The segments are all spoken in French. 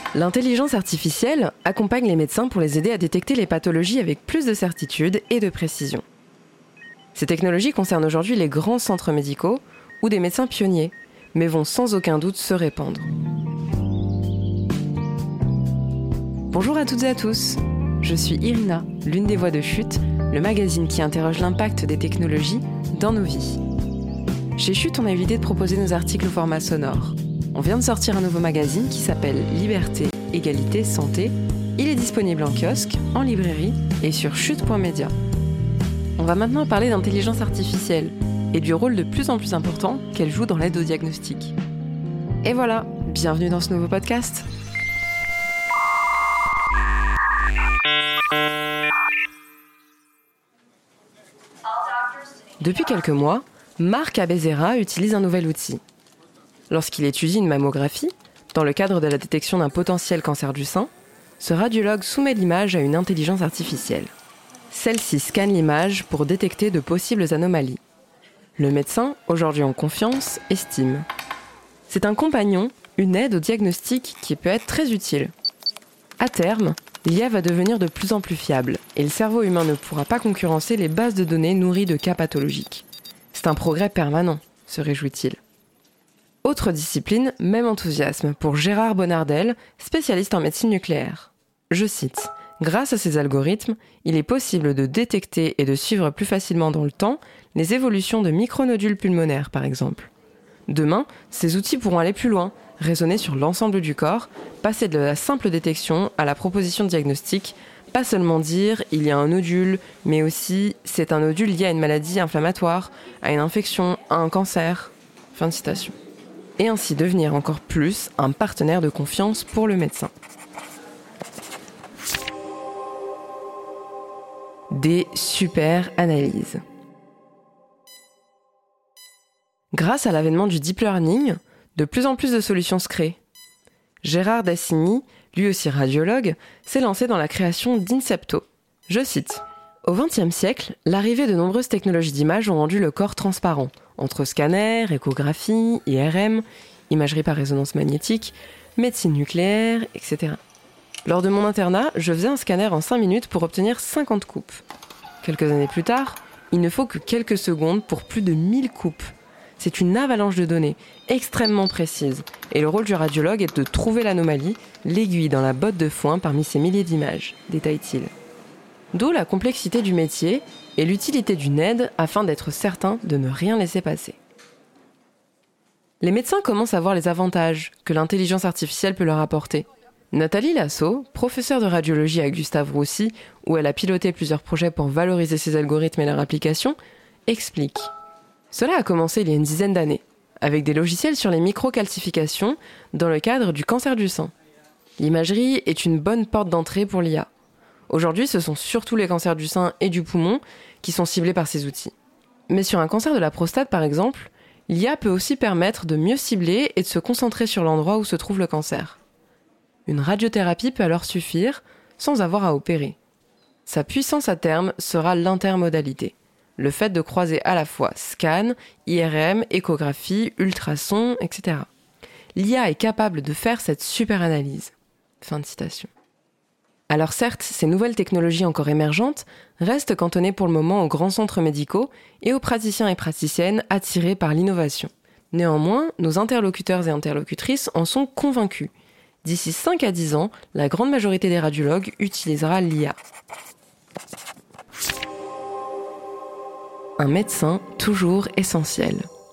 L'intelligence artificielle accompagne les médecins pour les aider à détecter les pathologies avec plus de certitude et de précision. Ces technologies concernent aujourd'hui les grands centres médicaux ou des médecins pionniers, mais vont sans aucun doute se répandre. Bonjour à toutes et à tous, je suis Irina, l'une des voix de Chute, le magazine qui interroge l'impact des technologies dans nos vies. Chez Chute, on a eu l'idée de proposer nos articles au format sonore. On vient de sortir un nouveau magazine qui s'appelle Liberté, Égalité, Santé. Il est disponible en kiosque, en librairie et sur chute.media. On va maintenant parler d'intelligence artificielle et du rôle de plus en plus important qu'elle joue dans l'aide au diagnostic. Et voilà, bienvenue dans ce nouveau podcast. Depuis quelques mois, Marc Abezera utilise un nouvel outil. Lorsqu'il étudie une mammographie, dans le cadre de la détection d'un potentiel cancer du sein, ce radiologue soumet l'image à une intelligence artificielle. Celle-ci scanne l'image pour détecter de possibles anomalies. Le médecin, aujourd'hui en confiance, estime. C'est un compagnon, une aide au diagnostic qui peut être très utile. À terme, l'IA va devenir de plus en plus fiable et le cerveau humain ne pourra pas concurrencer les bases de données nourries de cas pathologiques. C'est un progrès permanent, se réjouit-il. Autre discipline, même enthousiasme pour Gérard Bonardel, spécialiste en médecine nucléaire. Je cite, « Grâce à ces algorithmes, il est possible de détecter et de suivre plus facilement dans le temps les évolutions de micronodules pulmonaires, par exemple. Demain, ces outils pourront aller plus loin, raisonner sur l'ensemble du corps, passer de la simple détection à la proposition de diagnostic, pas seulement dire « il y a un nodule », mais aussi « c'est un nodule lié à une maladie inflammatoire, à une infection, à un cancer ». Fin de citation. Et ainsi devenir encore plus un partenaire de confiance pour le médecin. Des super analyses. Grâce à l'avènement du deep learning, de plus en plus de solutions se créent. Gérard Dassini, lui aussi radiologue, s'est lancé dans la création d'Incepto. Je cite, « Au XXe siècle, l'arrivée de nombreuses technologies d'image ont rendu le corps transparent, entre scanner, échographie, IRM, imagerie par résonance magnétique, médecine nucléaire, etc. Lors de mon internat, je faisais un scanner en 5 minutes pour obtenir 50 coupes. Quelques années plus tard, il ne faut que quelques secondes pour plus de 1000 coupes. C'est une avalanche de données, extrêmement précise, et le rôle du radiologue est de trouver l'anomalie, l'aiguille dans la botte de foin parmi ces milliers d'images, détaille-t-il. D'où la complexité du métier et l'utilité d'une aide afin d'être certain de ne rien laisser passer. Les médecins commencent à voir les avantages que l'intelligence artificielle peut leur apporter. Nathalie Lasso, professeure de radiologie à Gustave Roussy, où elle a piloté plusieurs projets pour valoriser ces algorithmes et leur application, explique. Cela a commencé il y a une dizaine d'années, avec des logiciels sur les microcalcifications dans le cadre du cancer du sein. L'imagerie est une bonne porte d'entrée pour l'IA. Aujourd'hui, ce sont surtout les cancers du sein et du poumon qui sont ciblés par ces outils. Mais sur un cancer de la prostate, par exemple, l'IA peut aussi permettre de mieux cibler et de se concentrer sur l'endroit où se trouve le cancer. Une radiothérapie peut alors suffire sans avoir à opérer. Sa puissance à terme sera l'intermodalité. Le fait de croiser à la fois scan, IRM, échographie, ultrasons, etc. L'IA est capable de faire cette super analyse. Fin de citation. Alors certes, ces nouvelles technologies encore émergentes restent cantonnées pour le moment aux grands centres médicaux et aux praticiens et praticiennes attirés par l'innovation. Néanmoins, nos interlocuteurs et interlocutrices en sont convaincus. D'ici 5 à 10 ans, la grande majorité des radiologues utilisera l'IA. Un médecin toujours essentiel.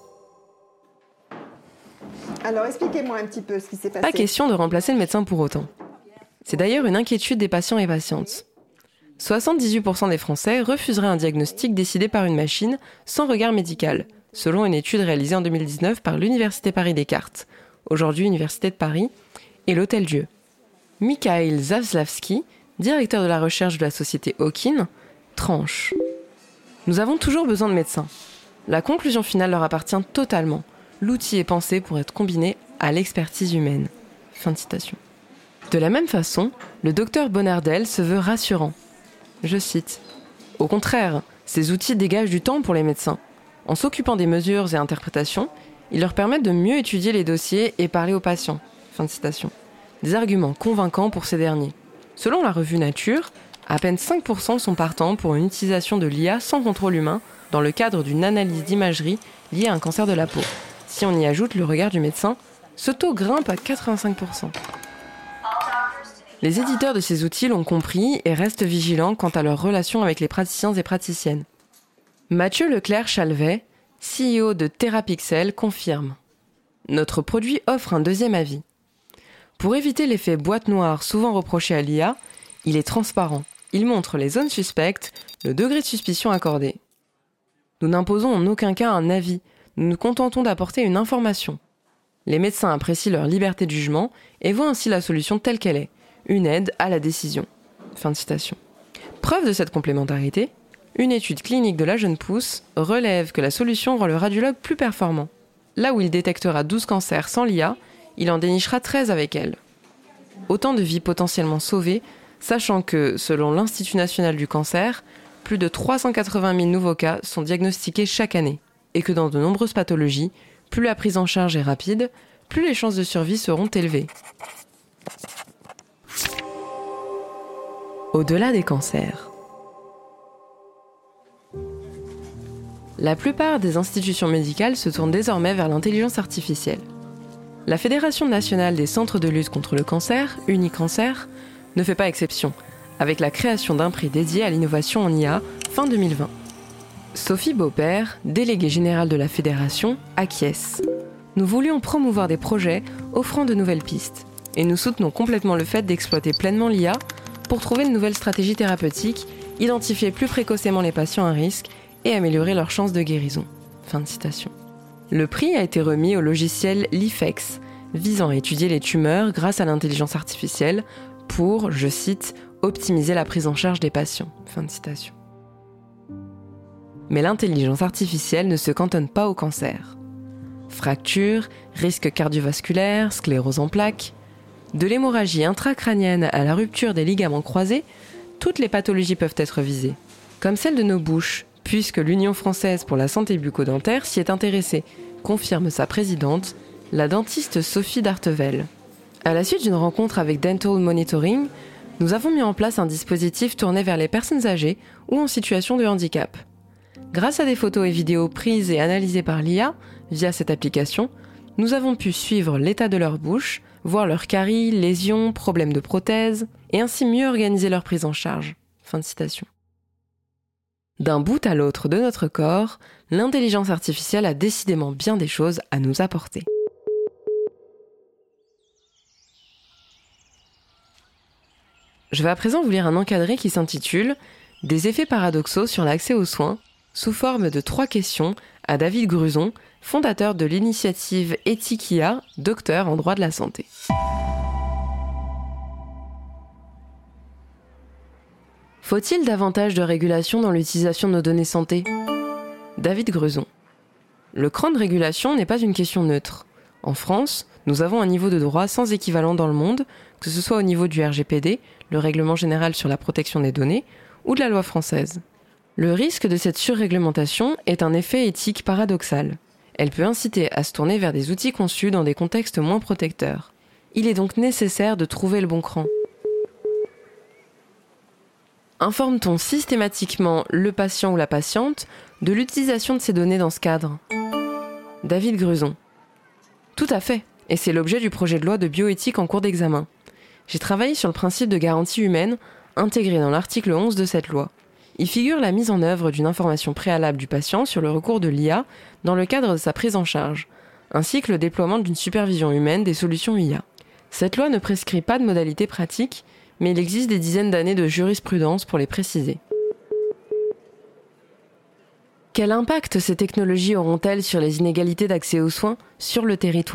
Alors expliquez-moi un petit peu ce qui s'est passé. Pas question de remplacer le médecin pour autant. C'est d'ailleurs une inquiétude des patients et patientes. 78% des Français refuseraient un diagnostic décidé par une machine sans regard médical, selon une étude réalisée en 2019 par l'Université Paris-Descartes, aujourd'hui Université de Paris, et l'Hôtel-Dieu. Mikhail Zaslavski, directeur de la recherche de la société Hawkin, tranche. Nous avons toujours besoin de médecins. La conclusion finale leur appartient totalement. L'outil est pensé pour être combiné à l'expertise humaine. Fin de citation. De la même façon, le docteur Bonardel se veut rassurant. Je cite. « Au contraire, ces outils dégagent du temps pour les médecins. En s'occupant des mesures et interprétations, ils leur permettent de mieux étudier les dossiers et parler aux patients. » Fin de citation. des arguments convaincants pour ces derniers. Selon la revue Nature, à peine 5% sont partants pour une utilisation de l'IA sans contrôle humain dans le cadre d'une analyse d'imagerie liée à un cancer de la peau. Si on y ajoute le regard du médecin, ce taux grimpe à 85%. Les éditeurs de ces outils l'ont compris et restent vigilants quant à leur relation avec les praticiens et praticiennes. Mathieu Leclerc-Chalvet, CEO de Therapixel, confirme : notre produit offre un deuxième avis. Pour éviter l'effet boîte noire souvent reproché à l'IA, il est transparent. Il montre les zones suspectes, le degré de suspicion accordé. Nous n'imposons en aucun cas un avis, nous nous contentons d'apporter une information. Les médecins apprécient leur liberté de jugement et voient ainsi la solution telle qu'elle est, une aide à la décision. Fin de citation. Preuve de cette complémentarité, une étude clinique de la jeune pousse relève que la solution rend le radiologue plus performant. Là où il détectera 12 cancers sans l'IA, il en dénichera 13 avec elle. Autant de vies potentiellement sauvées, sachant que, selon l'Institut national du cancer, plus de 380 000 nouveaux cas sont diagnostiqués chaque année, et que dans de nombreuses pathologies, plus la prise en charge est rapide, plus les chances de survie seront élevées. Au-delà des cancers. La plupart des institutions médicales se tournent désormais vers l'intelligence artificielle. La Fédération nationale des centres de lutte contre le cancer, Unicancer, ne fait pas exception, avec la création d'un prix dédié à l'innovation en IA fin 2020. Sophie Beaupère, déléguée générale de la Fédération, acquiesce. Nous voulions promouvoir des projets offrant de nouvelles pistes, et nous soutenons complètement le fait d'exploiter pleinement l'IA pour trouver de nouvelles stratégies thérapeutiques, identifier plus précocement les patients à risque et améliorer leurs chances de guérison. Fin de citation. Le prix a été remis au logiciel Lifex, visant à étudier les tumeurs grâce à l'intelligence artificielle pour, je cite, optimiser la prise en charge des patients. Fin de citation. Mais l'intelligence artificielle ne se cantonne pas au cancer. Fractures, risques cardiovasculaires, sclérose en plaques, de l'hémorragie intracrânienne à la rupture des ligaments croisés, toutes les pathologies peuvent être visées, comme celle de nos bouches, puisque l'Union française pour la santé bucco-dentaire s'y est intéressée, confirme sa présidente, la dentiste Sophie Dartevel. À la suite d'une rencontre avec Dental Monitoring, nous avons mis en place un dispositif tourné vers les personnes âgées ou en situation de handicap. Grâce à des photos et vidéos prises et analysées par l'IA via cette application, nous avons pu suivre l'état de leur bouche, voir leurs caries, lésions, problèmes de prothèses, et ainsi mieux organiser leur prise en charge. Fin de citation. D'un bout à l'autre de notre corps, l'intelligence artificielle a décidément bien des choses à nous apporter. Je vais à présent vous lire un encadré qui s'intitule « Des effets paradoxaux sur l'accès aux soins » sous forme de 3 questions à David Gruson, fondateur de l'initiative Ethikia, docteur en droit de la santé. Faut-il davantage de régulation dans l'utilisation de nos données santé ? David Gruson. Le cran de régulation n'est pas une question neutre. En France, nous avons un niveau de droit sans équivalent dans le monde, que ce soit au niveau du RGPD, le Règlement général sur la protection des données, ou de la loi française. Le risque de cette surréglementation est un effet éthique paradoxal. Elle peut inciter à se tourner vers des outils conçus dans des contextes moins protecteurs. Il est donc nécessaire de trouver le bon cran. Informe-t-on systématiquement le patient ou la patiente de l'utilisation de ces données dans ce cadre ? David Gruson. Tout à fait, et c'est l'objet du projet de loi de bioéthique en cours d'examen. J'ai travaillé sur le principe de garantie humaine intégré dans l'article 11 de cette loi. Il figure la mise en œuvre d'une information préalable du patient sur le recours de l'IA dans le cadre de sa prise en charge, ainsi que le déploiement d'une supervision humaine des solutions IA. Cette loi ne prescrit pas de modalités pratiques, mais il existe des dizaines d'années de jurisprudence pour les préciser. Quel impact ces technologies auront-elles sur les inégalités d'accès aux soins sur le territoire ?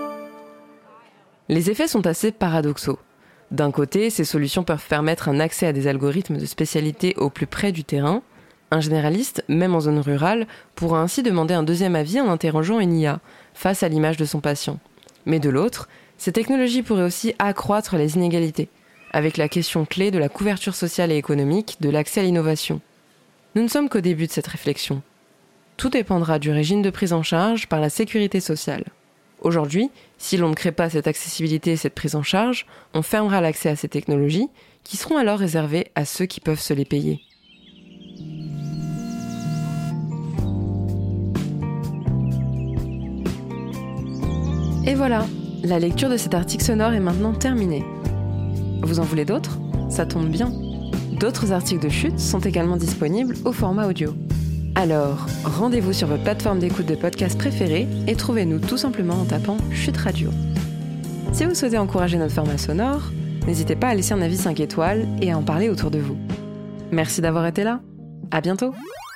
Les effets sont assez paradoxaux. D'un côté, ces solutions peuvent permettre un accès à des algorithmes de spécialité au plus près du terrain. Un généraliste, même en zone rurale, pourra ainsi demander un deuxième avis en interrogeant une IA, face à l'image de son patient. Mais de l'autre, ces technologies pourraient aussi accroître les inégalités, avec la question clé de la couverture sociale et économique de l'accès à l'innovation. Nous ne sommes qu'au début de cette réflexion. Tout dépendra du régime de prise en charge par la sécurité sociale. Aujourd'hui, si l'on ne crée pas cette accessibilité et cette prise en charge, on fermera l'accès à ces technologies qui seront alors réservées à ceux qui peuvent se les payer. Et voilà, la lecture de cet article sonore est maintenant terminée. Vous en voulez d'autres ? Ça tombe bien. D'autres articles de Chute sont également disponibles au format audio. Alors, rendez-vous sur votre plateforme d'écoute de podcast préférée et trouvez-nous tout simplement en tapant Chute Radio. Si vous souhaitez encourager notre format sonore, n'hésitez pas à laisser un avis 5 étoiles et à en parler autour de vous. Merci d'avoir été là. À bientôt.